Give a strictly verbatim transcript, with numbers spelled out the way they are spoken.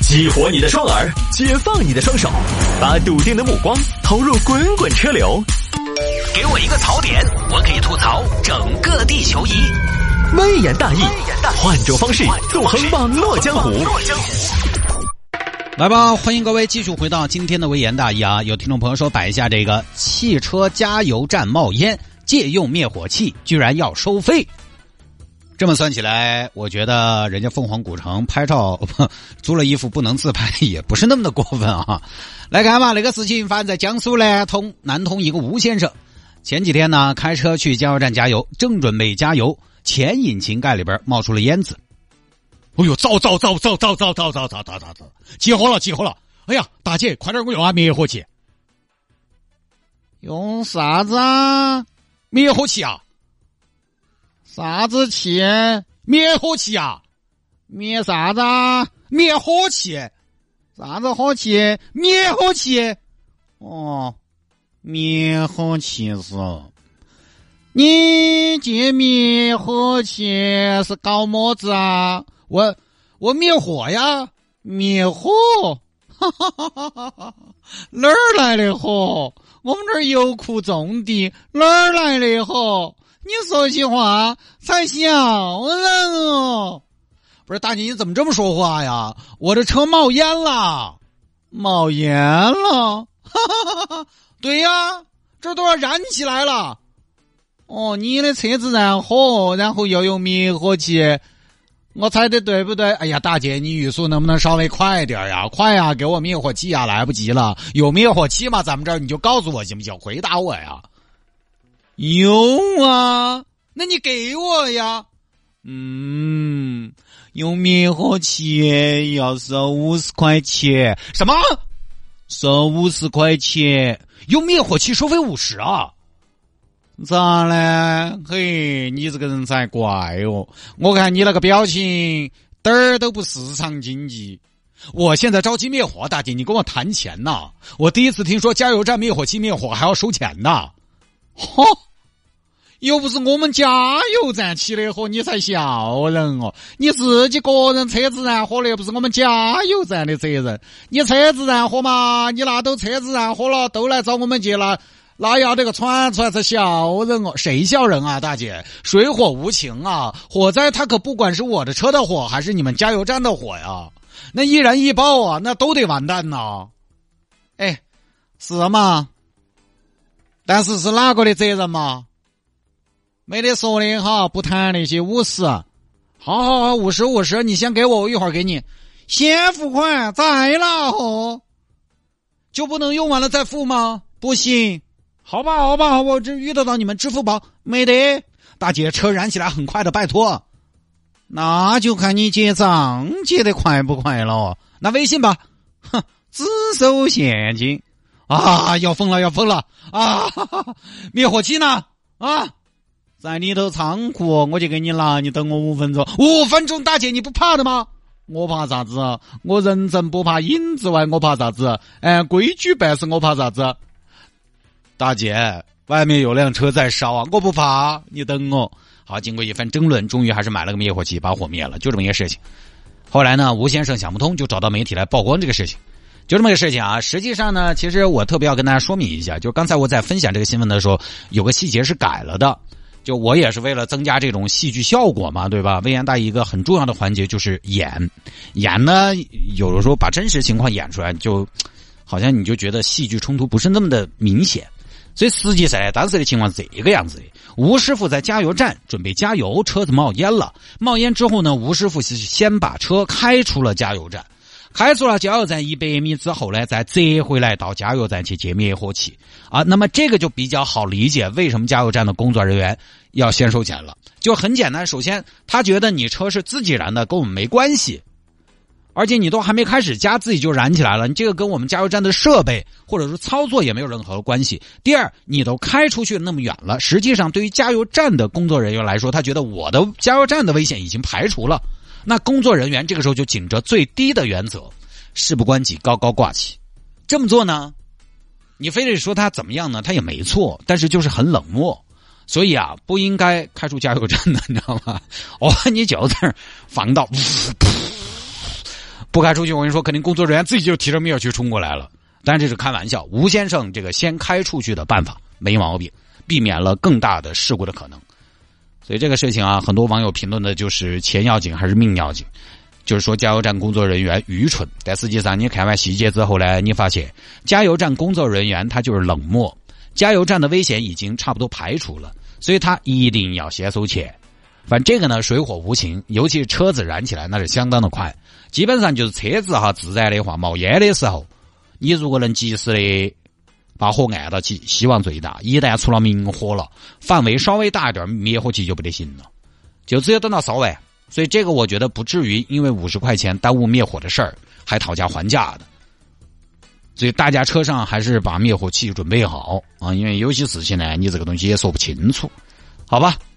激活你的双耳，解放你的双手，把笃定的目光投入滚滚车流。给我一个槽点，我可以吐槽整个地球仪。微言大义，换种方式纵横网络江湖。 来吧，欢迎各位继续回到今天的微言大义啊！有听众朋友说摆一下这个汽车加油站冒烟，借用灭火器居然要收费。这么算起来，我觉得人家凤凰古城拍照租了衣服不能自拍，也不是那么的过分啊。来看吧，那个事情发生在江苏南通南通一个吴先生，前几天呢开车去加油站加油，正准备加油，前引擎盖里边冒出了烟子。哎呦，糟糟糟糟糟糟糟糟糟糟糟糟！起火了，起火了！哎呀，大姐，快点给我用下灭火器。用啥子啊？灭火器啊？啥子器？灭火器啊？灭啥子啊？灭火器？啥子火器？灭火器？哦，灭火器是。你借灭火器是搞么子啊？我我灭火呀，灭火，哈哈哈哈哈哈！哪儿来的火？我们这儿油库种地，哪儿来的火？你说起话才小人哦！不是大姐，你怎么这么说话呀？我的车冒烟了，冒烟了，哈哈哈哈！对呀，这都要燃起来了。哦，你的车子燃火，然后又用灭火器。我猜的对不对？哎呀，大姐，你语速能不能稍微快点呀？快呀，给我灭火器呀！来不及了，有灭火器吗？咱们这儿你就告诉我行不行？回答我呀！有啊，那你给我呀？嗯，用灭火器要收五十块钱。什么？收五十块钱？用灭火器收费五十啊？咋嘞？嘿，你这个人才怪哦！我看你那个表情，点儿都不市场经济。我现在着急灭火，大姐，你跟我谈钱呐！我第一次听说加油站灭火器灭火还要收钱呐！嚯，又不是我们加油站起的火，你才笑人哦！你自己个人车子燃火了，又不是我们加油站的责任。你车子燃火嘛，你那都车子燃火了，都来找我们去了。那要这个传出来才笑人哦！谁笑人啊，大姐？水火无情啊！火灾它可不管是我的车的火，还是你们加油站的火呀，那一燃一爆啊，那都得完蛋呐！哎，是吗？但是是哪个的责任嘛？没得说的哈，不谈那些五十。好好好，五十五十，你先给我，我一会儿给你。先付款再拿货，就不能用完了再付吗？不行。好吧，好吧，我这遇得到你们支付宝没得？大姐，车燃起来很快的，拜托。那就看你结账结得快不快了。那微信吧，哼，只收现金啊！要疯了，要疯了啊！哈哈，灭火器呢？啊，在里头仓库，我就给你拿，你等我五分钟。五分钟，大姐，你不怕的吗？我怕啥子？我人正不怕影子外，我怕啥子？哎，规矩办事，我怕啥子？大姐，外面有辆车在烧啊，我不怕，你等我。好，经过一番争论，终于还是买了个灭火器把火灭了，就这么一个事情。后来呢，吴先生想不通，就找到媒体来曝光这个事情。就这么一个事情啊，实际上呢，其实我特别要跟大家说明一下，就刚才我在分享这个新闻的时候，有个细节是改了的。就我也是为了增加这种戏剧效果嘛，对吧？微言大义一个很重要的环节就是演，演呢，有的时候把真实情况演出来，就好像你就觉得戏剧冲突不是那么的明显。所以实际上当时的情况是这个样子的，吴师傅在加油站准备加油，车子冒烟了。冒烟之后呢，吴师傅是先把车开出了加油站，开出了加油站一百米之后呢，再折回来到加油站去接灭火器啊。那么这个就比较好理解，为什么加油站的工作人员要先收钱了。就很简单，首先他觉得你车是自己燃的，跟我们没关系。而且你都还没开始加，自己就燃起来了，你这个跟我们加油站的设备或者说操作也没有任何关系。第二，你都开出去那么远了，实际上对于加油站的工作人员来说，他觉得我的加油站的危险已经排除了，那工作人员这个时候就紧着最低的原则，事不关己高高挂起。这么做呢，你非得说他怎么样呢？他也没错，但是就是很冷漠。所以啊，不应该开出加油站的，你知道吗？哦，你就这儿放到不开出去，我跟你说，肯定工作人员自己就提着灭火器冲过来了。当然这是开玩笑，吴先生这个先开出去的办法没毛病，避免了更大的事故的可能。所以这个事情啊，很多网友评论的就是钱要紧还是命要紧，就是说加油站工作人员愚蠢。但实际上你看完细节之后呢，你发现加油站工作人员他就是冷漠，加油站的危险已经差不多排除了，所以他一定要先收钱。反正这个呢水火无情，尤其是车子燃起来那是相当的快，基本上就是车子哈自燃的话，冒烟的时候，你如果能及时的把火按到起，希望最大。一旦出了明火了，范围稍微大一点，灭火器就不得行了，就只有等到烧完。所以这个我觉得不至于因为五十块钱耽误灭火的事儿还讨价还价的。所以大家车上还是把灭火器准备好啊，因为有些事情呢，你这个东西也说不清楚，好吧？